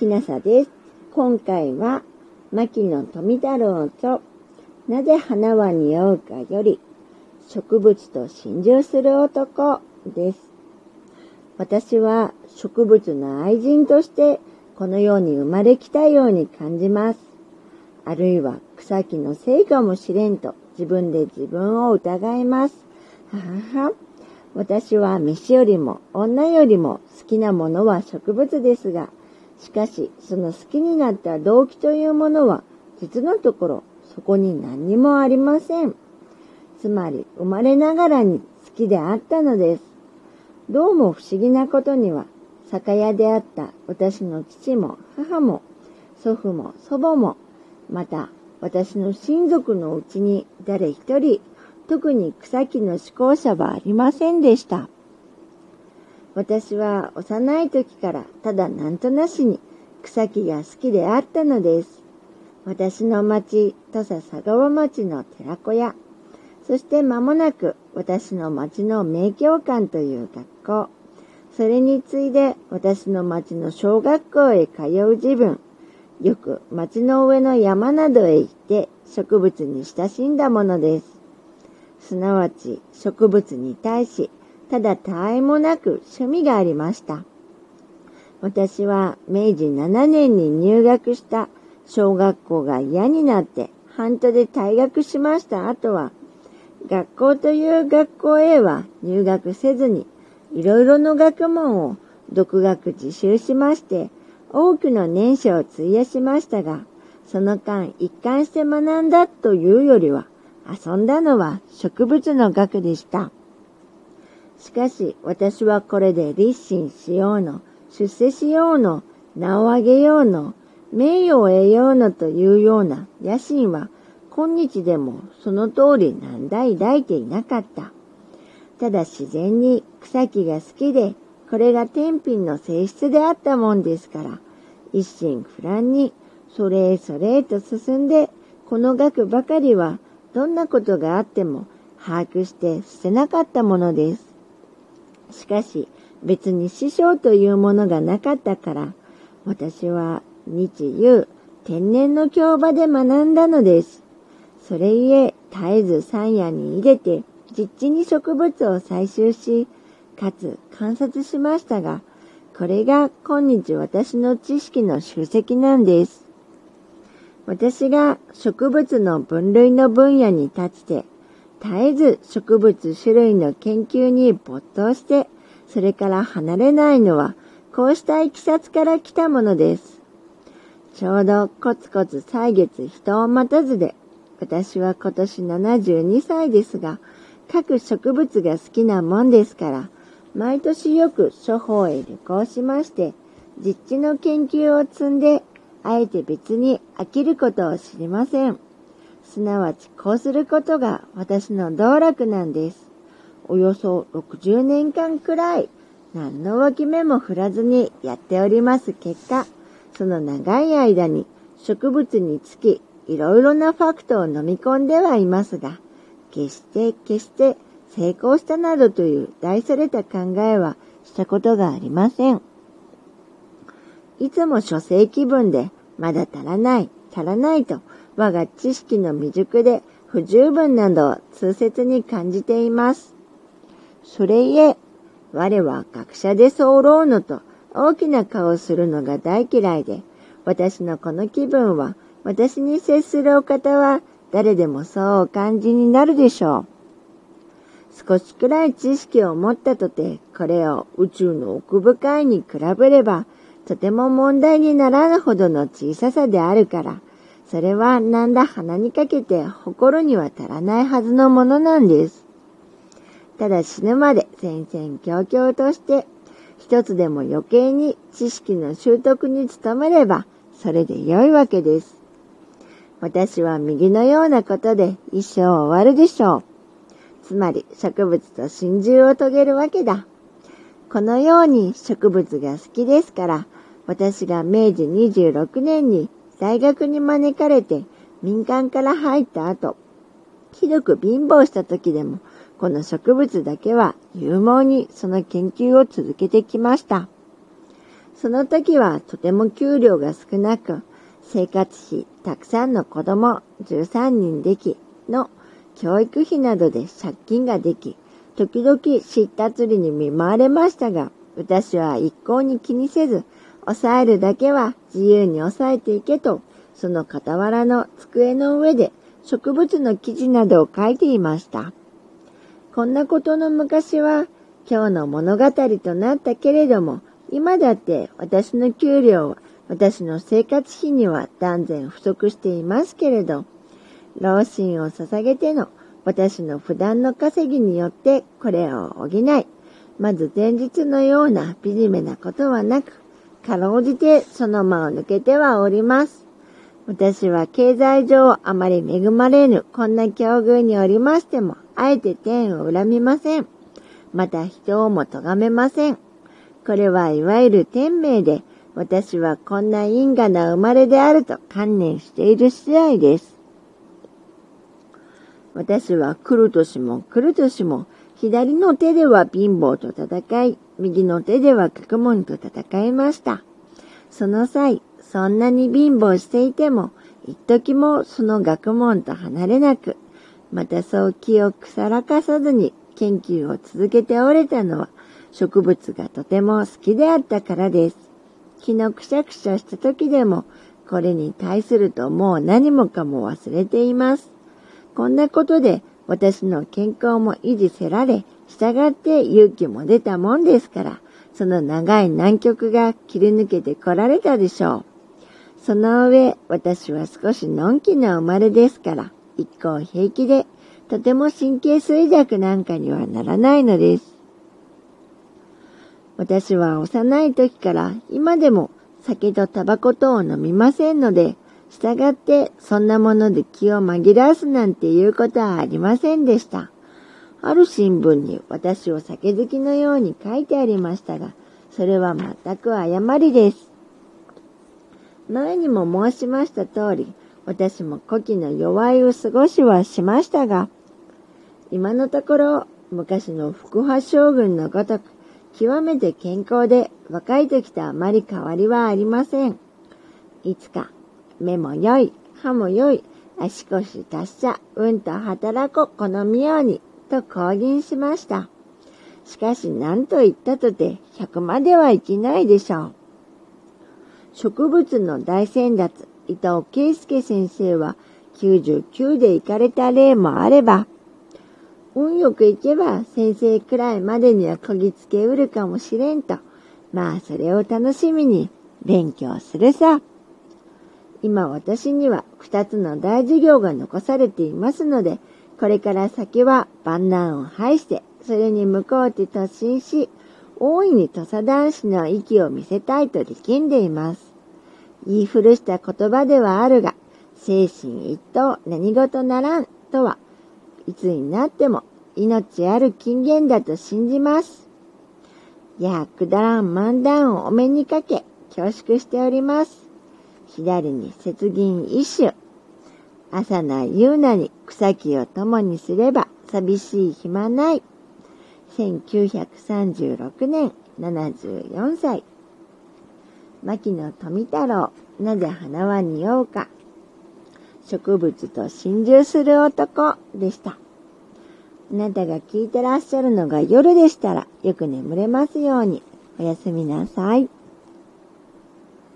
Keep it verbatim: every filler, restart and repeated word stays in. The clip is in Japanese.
きなさです。今回は牧野富太郎著なぜ花は匂うかより植物と心中する男です。私は植物の愛人としてこの世に生まれきたように感じます。あるいは草木のせいかもしれんと自分で自分を疑います。ははは。私は飯よりも女よりも好きなものは植物ですが、しかしその好きになった動機というものは実のところそこに何にもありません。つまり生まれながらに好きであったのです。どうも不思議なことには酒屋であった私の父も母も祖父も祖母もまた私の親族のうちに誰一人特に草木の嗜好者はありませんでした。私は幼い時からただなんとなしに草木が好きであったのです。私の町、土佐佐川町の寺子屋、そして間もなく私の町の名教館という学校、それに次いで私の町の小学校へ通う自分、よく町の上の山などへ行って植物に親しんだものです。すなわち植物に対しただ他愛もなく趣味がありました。私はめいじななねんに入学した小学校が嫌になって半途で退学しました後は、学校という学校へは入学せずにいろいろの学問を独学自習しまして多くの年少を費やしましたが、その間一貫して学んだというよりは遊んだのは植物の学でした。しかし私はこれで立身しようの、出世しようの、名を上げようの、名誉を得ようのというような野心は今日でもその通り何代抱いていなかった。ただ自然に草木が好きで、これが天品の性質であったもんですから、一心不乱にそれへそれへと進んで、この学ばかりはどんなことがあっても把握して捨てなかったものです。しかし別に師匠というものがなかったから、私は日夕天然の教場で学んだのです。それゆえ絶えず山野に入れて実地に植物を採集し、かつ観察しましたが、これが今日私の知識の集積なんです。私が植物の分類の分野に立ちて、絶えず植物種類の研究に没頭して、それから離れないのは、こうしたいきさつから来たものです。ちょうどコツコツ歳月人を待たずで、私は今年ななじゅうにさいですが、各植物が好きなもんですから、毎年よく諸方へ旅行しまして、実地の研究を積んで、あえて別に飽きることを知りません。すなわちこうすることが私の道楽なんです。およそろくじゅうねんかんくらい、何の脇目も振らずにやっております結果、その長い間に植物につきいろいろなファクトを飲み込んではいますが、決して決して成功したなどという大それた考えはしたことがありません。いつも書生気分でまだ足らない足らないと我が知識の未熟で不十分などを痛切に感じています。それゆえ我は学者で候のと大きな顔をするのが大嫌いで、私のこの気分は私に接するお方は誰でもそうお感じになるでしょう。少しくらい知識を持ったとて、これを宇宙の奥深いに比べればとても問題にならぬほどの小ささであるから、それはなんだ鼻にかけて誇るには足らないはずのものなんです。ただ死ぬまで戦々恐々として一つでも余計に知識の習得に努めればそれで良いわけです。私は右のようなことで一生終わるでしょう。つまり植物と心中を遂げるわけだ。このように植物が好きですから、私がめいじにじゅうろくねんに大学に招かれて民間から入った後、ひどく貧乏した時でも、この植物だけは勇猛にその研究を続けてきました。 その時はとても給料が少なく、生活費、たくさんの子供じゅうさんにんできの教育費などで借金ができ、時々失達利に見舞われましたが、私は一向に気にせず、抑えるだけは自由に抑えていけと、その傍らの机の上で植物の記事などを書いていました。こんなことの昔は今日の物語となったけれども、今だって私の給料は私の生活費には断然不足していますけれど、労心を捧げての私の普段の稼ぎによってこれを補い、まず前日のような惨めなことはなく、かろうじてその間を抜けてはおります。私は経済上あまり恵まれぬこんな境遇におりましても、あえて天を恨みません。また人をも咎めません。これはいわゆる天命で、私はこんな因果な生まれであると観念している次第です。私は来る年も来る年も、左の手では貧乏と戦い、右の手では学問と戦いました。その際、そんなに貧乏していても、一時もその学問と離れなく、またそう気を腐らかさずに研究を続けておれたのは、植物がとても好きであったからです。気のくしゃくしゃした時でも、これに対するともう何もかも忘れています。こんなことで私の健康も維持せられ、従って勇気も出たもんですから、その長い難局が切り抜けてこられたでしょう。その上、私は少しのんきな生まれですから、一向平気で、とても神経衰弱なんかにはならないのです。私は幼い時から今でも酒とタバコとを飲みませんので、従ってそんなもので気を紛らわすなんていうことはありませんでした。ある新聞に私を酒好きのように書いてありましたが、それは全く誤りです。前にも申しました通り、私も古希の弱いを過ごしはしましたが、今のところ昔の福派将軍のごとく、極めて健康で若い時とあまり変わりはありません。いつか目も良い、歯も良い、足腰達者、うんと働ここのみように、と公言しました。しかし何と言ったとてひゃくまではいけないでしょう。植物の大先達、伊藤圭介先生はきゅうじゅうきゅうで行かれた例もあれば、運よく行けば先生くらいまでにはこぎつけうるかもしれんと、まあそれを楽しみに勉強するさ。今私には二つの大授業が残されていますので、これから先は万難を排して、それに向こうて突進し、大いに土佐男子の息を見せたいと力んでいます。言い古した言葉ではあるが、精神一等何事ならんとは、いつになっても命ある金言だと信じます。やあ、くだらん漫談をお目にかけ、恐縮しております。左に雪銀一首。朝な夕なに草木を共にすれば寂しい暇ない。せんきゅうひゃくさんじゅうろくねんななじゅうよんさい。牧野富太郎、なぜ花は匂うか。植物と心中する男でした。あなたが聞いてらっしゃるのが夜でしたらよく眠れますように。おやすみなさい。